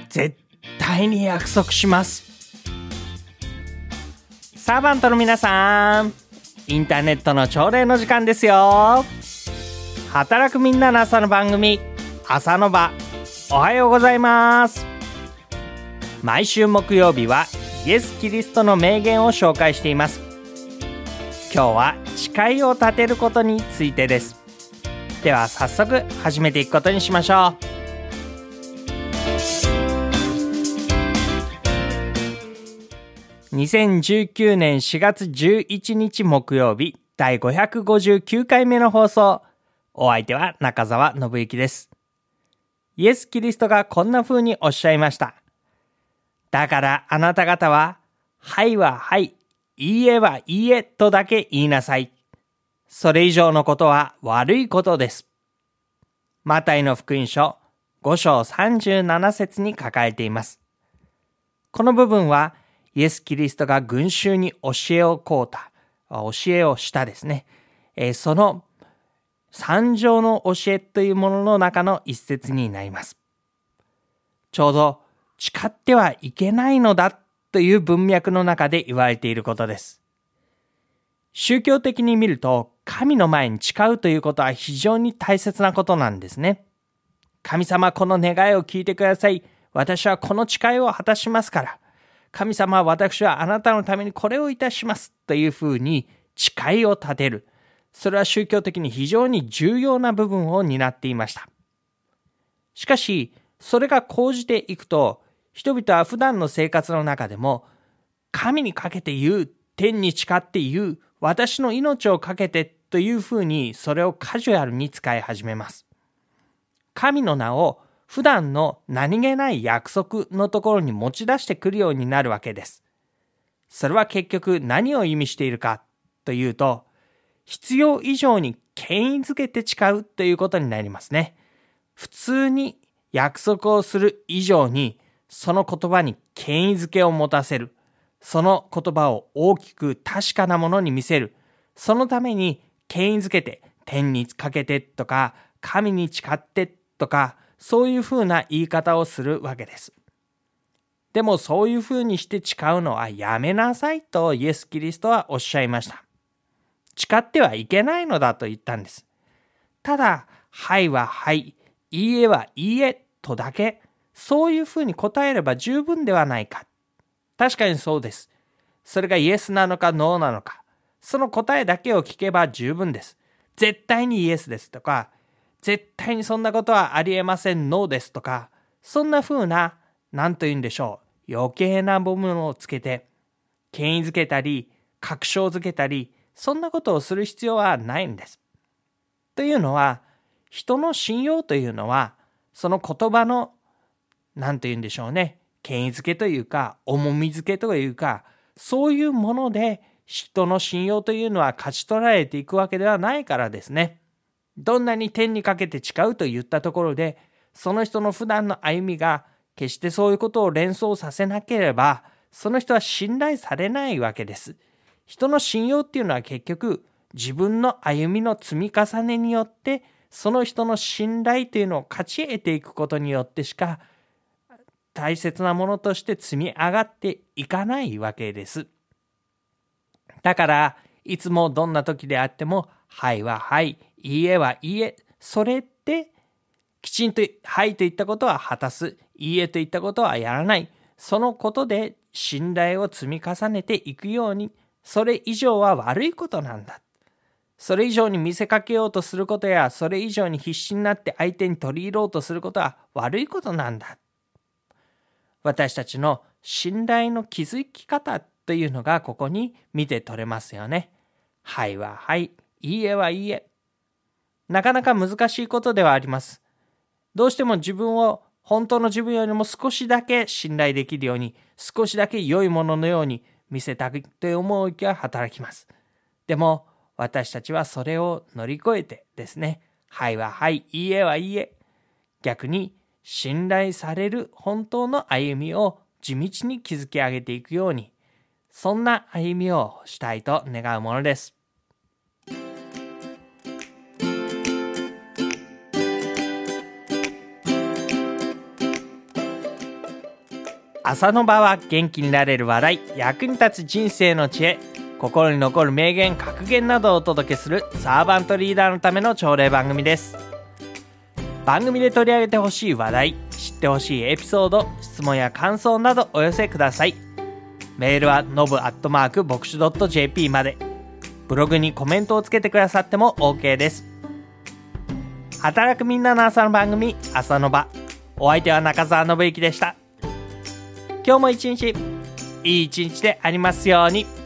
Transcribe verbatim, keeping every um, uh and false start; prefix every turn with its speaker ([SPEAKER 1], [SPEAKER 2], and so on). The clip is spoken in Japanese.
[SPEAKER 1] 絶対に約束します。サーバントの皆さん、インターネットの朝礼の時間ですよ。働くみんなの朝の番組、朝の場、おはようございます。毎週木曜日はイエス・キリストの名言を紹介しています。今日は誓いを立てることについてです。では早速始めていくことにしましょう。にせんじゅうきゅうねんしがつじゅういちにち木曜日、だいごひゃくごじゅうきゅうかいめの放送。お相手は中澤信之です。イエス・キリストがこんな風におっしゃいました。だからあなた方は、はいははい、いいえはいいえとだけ言いなさい。それ以上のことは悪いことです。マタイの福音書ごしょうさんじゅうななせつに書かれています。この部分はイエス・キリストが群衆に教えを請うた、教えをしたですね。えー、その三条の教えというものの中の一節になります。ちょうど誓ってはいけないのだという文脈の中で言われていることです。宗教的に見ると、神の前に誓うということは非常に大切なことなんですね。神様、この願いを聞いてください。私はこの誓いを果たしますから。神様、私はあなたのためにこれをいたしますというふうに誓いを立てる。それは宗教的に非常に重要な部分を担っていました。しかし、それが講じていくと、人々は普段の生活の中でも、神にかけて言う、天に誓って言う、私の命をかけてというふうにそれをカジュアルに使い始めます。神の名を普段の何気ない約束のところに持ち出してくるようになるわけです。それは結局何を意味しているかというと、必要以上に権威づけて誓うということになりますね。普通に約束をする以上に、その言葉に権威づけを持たせる。その言葉を大きく確かなものに見せる。そのために権威づけて、天にかけてとか、神に誓ってとか、そういうふうな言い方をするわけです。でもそういうふうにして誓うのはやめなさいとイエス・キリストはおっしゃいました。誓ってはいけないのだと言ったんです。ただ、はいははい、いいえはいいえとだけ、そういうふうに答えれば十分ではないか。確かにそうです。それがイエスなのかノーなのか、その答えだけを聞けば十分です。絶対にイエスですとか、絶対にそんなことはありえませんノーですとか、そんなふうな、なんと言うんでしょう、余計な部分をつけて、権威づけたり、確証づけたり、そんなことをする必要はないんです。というのは、人の信用というのは、その言葉の、なんと言うんでしょうね、権威づけというか、重みづけというか、そういうもので人の信用というのは勝ち取られていくわけではないからですね。どんなに天にかけて誓うと言ったところで、その人の普段の歩みが決してそういうことを連想させなければ、その人は信頼されないわけです。人の信用っていうのは結局、自分の歩みの積み重ねによって、その人の信頼というのを勝ち得ていくことによってしか、大切なものとして積み上がっていかないわけです。だから、いつもどんな時であっても、はいははい、いいえはいいえ、それってきちんとはいといったことは果たす、いいえといったことはやらない、そのことで信頼を積み重ねていくように、それ以上は悪いことなんだ。それ以上に見せかけようとすることや、それ以上に必死になって相手に取り入ろうとすることは悪いことなんだ。私たちの信頼の築き方というのがここに見て取れますよね。はいははい、いいえはいいえ。なかなか難しいことではあります。どうしても自分を本当の自分よりも少しだけ信頼できるように、少しだけ良いもののように見せたいという思いが働きます。でも私たちはそれを乗り越えてですね、はいははい、いいえはいいえ。逆に信頼される本当の歩みを地道に築き上げていくように、そんな歩みをしたいと願うものです。 朝の場は元気になれる話題、役に立つ人生の知恵、心に残る名言格言などをお届けするサーバントリーダーのための朝礼番組です。番組で取り上げてほしい話題、知ってほしいエピソード、質問や感想などお寄せください。メールはノブアットマーク牧師 .jp まで。ブログにコメントをつけてくださっても OK です。働くみんなの朝の番組、朝の場。お相手は中澤信之でした。今日も一日いい一日でありますように。